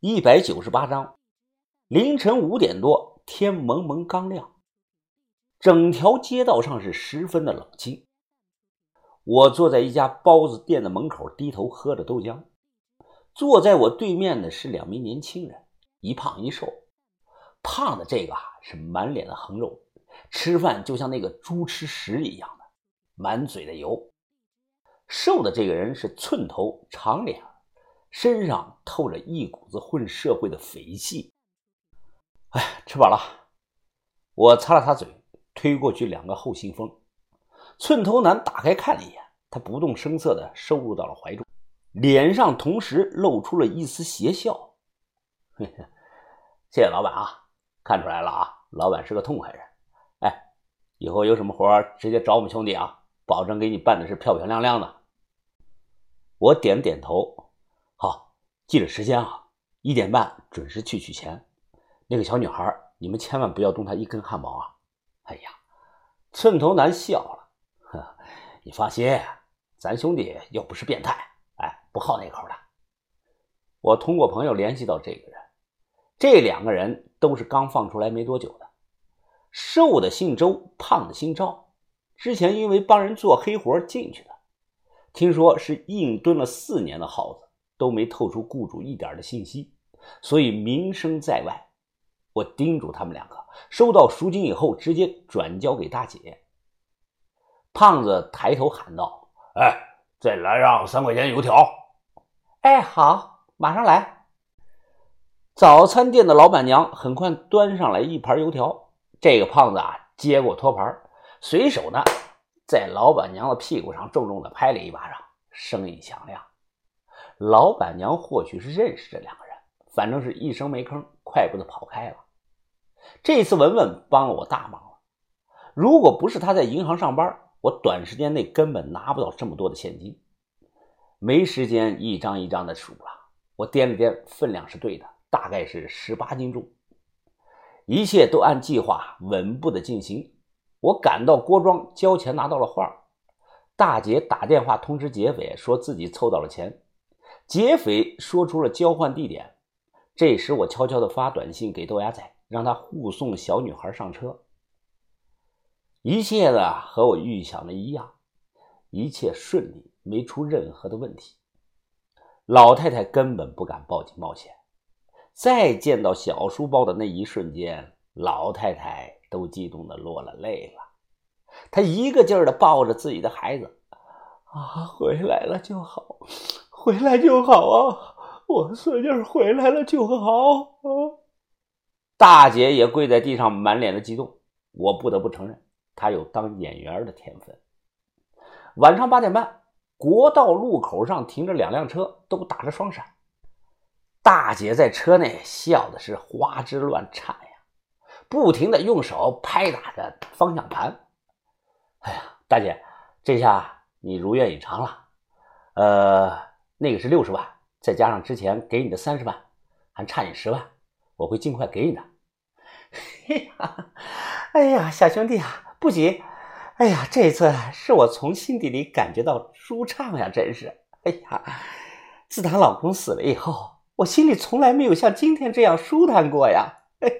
198章。凌晨5点多，天蒙蒙刚亮，整条街道上是十分的冷清。我坐在一家包子店的门口，低头喝着豆浆。坐在我对面的是2名年轻人，一胖一瘦。胖的这个是满脸的横肉，吃饭就像那个猪吃屎一样的，满嘴的油。瘦的这个人是寸头长脸，身上透着一股子混社会的匪气。吃饱了。我擦了擦嘴，推过去2个厚信封。寸头男打开看了一眼，他不动声色地收入到了怀中，脸上同时露出了一丝邪笑。谢谢老板啊，看出来了啊，老板是个痛快人。以后有什么活直接找我们兄弟啊，保证给你办的是漂漂亮亮的。我点了点头，好，记着时间啊，1点半准时去取钱。那个小女孩，你们千万不要动她一根汗毛啊！寸头男笑了，你放心，咱兄弟又不是变态，不好那口的。我通过朋友联系到这个人，这2个人都是刚放出来没多久的。瘦的姓周，胖的姓赵，之前因为帮人做黑活进去的，听说是硬蹲了4年的耗子，都没透出雇主一点的信息，所以名声在外。我叮嘱他们2个，收到赎金以后直接转交给大姐。胖子抬头喊道：再来上3块钱油条。好，马上来。早餐店的老板娘很快端上来1盘油条，这个胖子接过托盘，随手呢在老板娘的屁股上重重的拍了一巴掌，声音响亮。老板娘或许是认识这2个人，反正是一声没吭，快步的跑开了。这次文文帮了我大忙了，如果不是他在银行上班，我短时间内根本拿不到这么多的现金。没时间一张一张的数了，我掂了掂，分量是对的，大概是18斤重。一切都按计划稳步的进行。我赶到郭庄交钱，拿到了画。大姐打电话通知劫匪说自己凑到了钱，劫匪说出了交换地点。这时我悄悄地发短信给豆芽仔，让他护送小女孩上车。一切的和我预想的一样，一切顺利，没出任何的问题。老太太根本不敢报警冒险。再见到小书包的那一瞬间，老太太都激动的落了泪了。她一个劲儿的抱着自己的孩子，回来了就好，回来就好啊，我孙女回来了就好。大姐也跪在地上，满脸的激动。我不得不承认，她有当演员的天分。晚上8点半，国道路口上停着2辆车，都打着双闪。大姐在车内笑的是花枝乱颤呀，不停的用手拍打着方向盘。大姐，这下你如愿以偿了。那个是60万，再加上之前给你的30万，还差你10万，我会尽快给你的。小兄弟啊，不急。这次是我从心底里感觉到舒畅呀，真是。自打老公死了以后，我心里从来没有像今天这样舒坦过呀。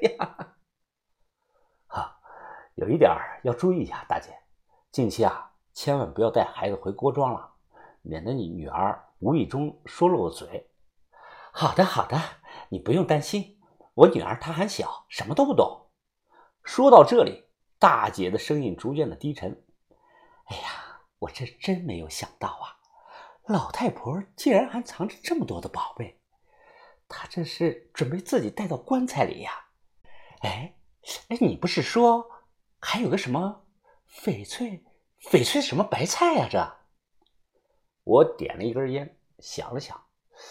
有一点要注意一下，大姐，近期千万不要带孩子回郭庄了，免得你女儿无意中说漏了嘴。好的，你不用担心，我女儿她还小，什么都不懂。说到这里，大姐的声音逐渐的低沉。我这真没有想到老太婆竟然还藏着这么多的宝贝，她这是准备自己带到棺材里呀？你不是说还有个什么翡翠什么白菜呀？这我点了一根烟，想了想，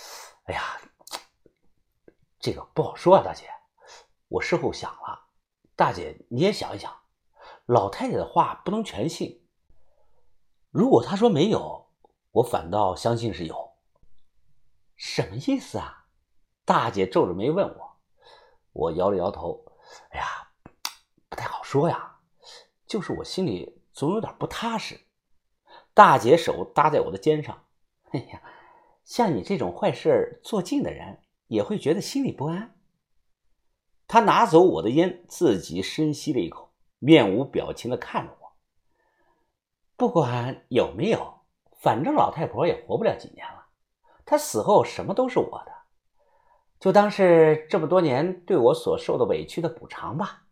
这个不好说啊，大姐。我事后想了，大姐你也想一想，老太太的话不能全信。如果她说没有，我反倒相信是有。什么意思啊？大姐皱着眉问我。我摇了摇头，不太好说呀，就是我心里总有点不踏实。大姐手搭在我的肩上，像你这种坏事做尽的人， 也会觉得心里不安。他拿走我的烟，自己深吸了一口，面无表情地看着我。不管有没有，反正老太婆也活不了几年了，她死后什么都是我的，就当是这么多年对我所受的委屈的补偿吧。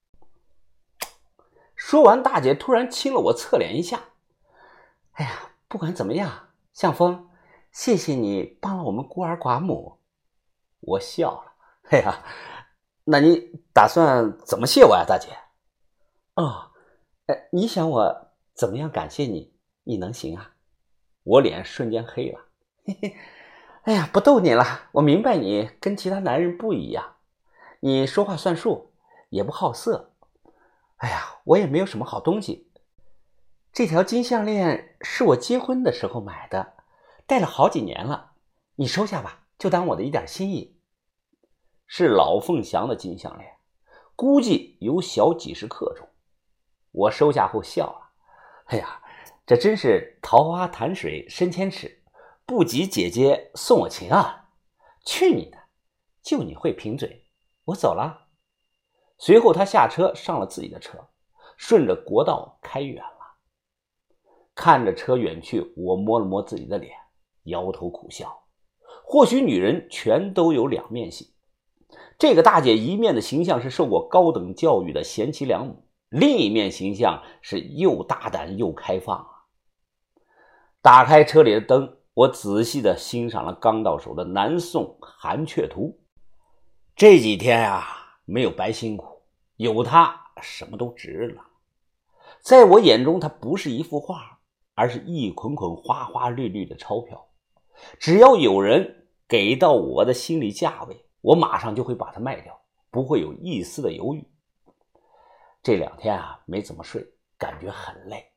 说完，大姐突然亲了我侧脸一下。哎呀，不管怎么样，向风，谢谢你帮了我们孤儿寡母。我笑了。哎呀，那你打算怎么谢我呀，大姐？哦，你想我怎么样感谢你，你能行啊？我脸瞬间黑了。嘿嘿，哎呀，不逗你了，我明白你跟其他男人不一样，你说话算数，也不好色。哎呀，我也没有什么好东西。这条金项链是我结婚的时候买的，戴了好几年了，你收下吧，就当我的一点心意。是老凤祥的金项链，估计有小几十克重。我收下后笑了。哎呀，这真是桃花潭水深千尺，不及姐姐送我情啊！去你的，就你会贫嘴，我走了。随后他下车上了自己的车，顺着国道开远了。看着车远去，我摸了摸自己的脸，摇头苦笑。或许女人全都有两面性，这个大姐一面的形象是受过高等教育的贤妻良母，另一面形象是又大胆又开放啊。打开车里的灯，我仔细地欣赏了刚到手的南宋韩阙图。这几天啊，没有白辛苦，有它什么都值了。在我眼中，它不是一幅画，而是一捆捆花花绿绿的钞票。只要有人给到我的心理价位，我马上就会把它卖掉，不会有一丝的犹豫。这两天啊，没怎么睡，感觉很累。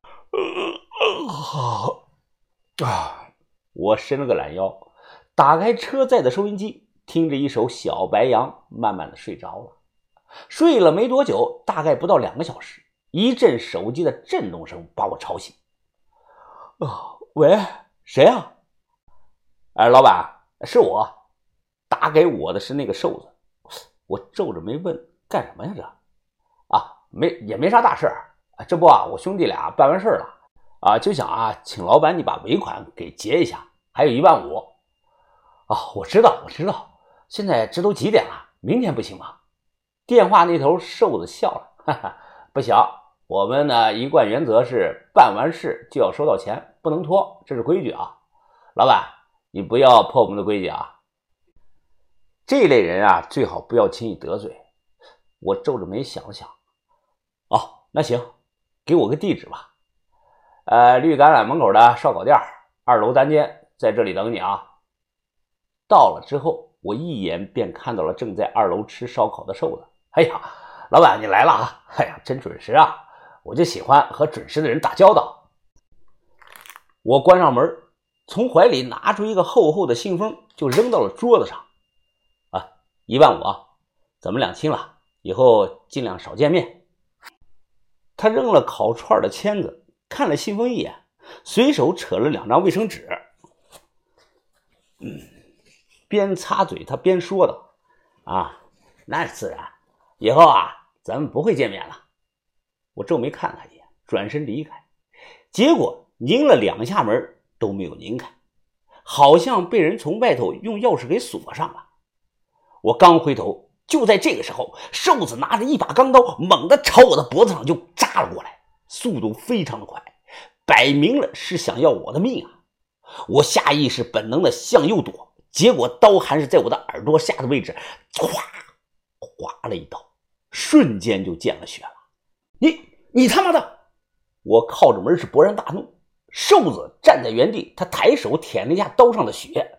我伸了个懒腰，打开车载的收音机，听着一首小白杨，慢慢的睡着了。睡了没多久，大概不到2个小时，一阵手机的震动声把我吵醒。喂，谁啊？老板，是我。打给我的是那个瘦子。我皱着眉问，干什么呀这？也没啥大事儿。这不啊，我兄弟俩办完事了就想请老板你把尾款给结一下，还有15000。我知道，现在这都几点了？明天不行吗？电话那头瘦子笑了，哈哈，不行，我们呢一贯原则是办完事就要收到钱，不能拖，这是规矩啊。老板，你不要破我们的规矩啊。这类人啊，最好不要轻易得罪。我皱着眉想了想，那行，给我个地址吧。绿橄榄门口的烧烤店，2楼单间，在这里等你啊。到了之后，我一眼便看到了正在2楼吃烧烤的瘦子。哎呀，老板你来了啊！哎呀，真准时啊！我就喜欢和准时的人打交道。我关上门，从怀里拿出一个厚厚的信封，就扔到了桌子上。15000，咱们俩亲了，以后尽量少见面。他扔了烤串的签子，看了信封一眼，随手扯了2张卫生纸。边擦嘴他边说道：那是自然，以后咱们不会见面了。我皱眉看他一眼，转身离开，结果拧了2下门都没有拧开，好像被人从外头用钥匙给锁上了。我刚回头，就在这个时候，瘦子拿着一把钢刀猛地朝我的脖子上就扎了过来，速度非常的快，摆明了是想要我的命啊！我下意识本能的向右躲，结果刀还是在我的耳朵下的位置唰划了一刀，瞬间就见了血了。你他妈的！我靠着门是勃然大怒。瘦子站在原地，他抬手舔了一下刀上的血。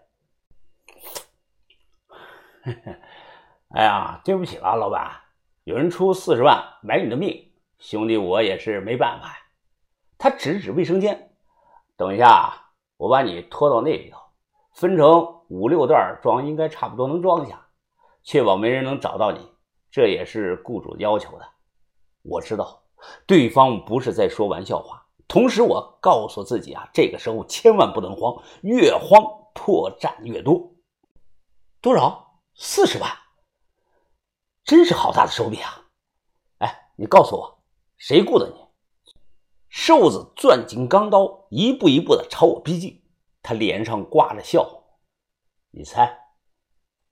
哎呀，对不起了，老板，有人出40万买你的命，兄弟我也是没办法呀。他指指卫生间，等一下我把你拖到那里头，分成5、6段装，应该差不多能装下，确保没人能找到你，这也是雇主要求的。我知道对方不是在说玩笑话，同时我告诉自己这个时候千万不能慌，越慌破绽越多。 多少？40万，真是好大的手笔啊！哎，你告诉我，谁雇的你？瘦子攥紧钢刀，一步一步的朝我逼近，他脸上挂着笑。你猜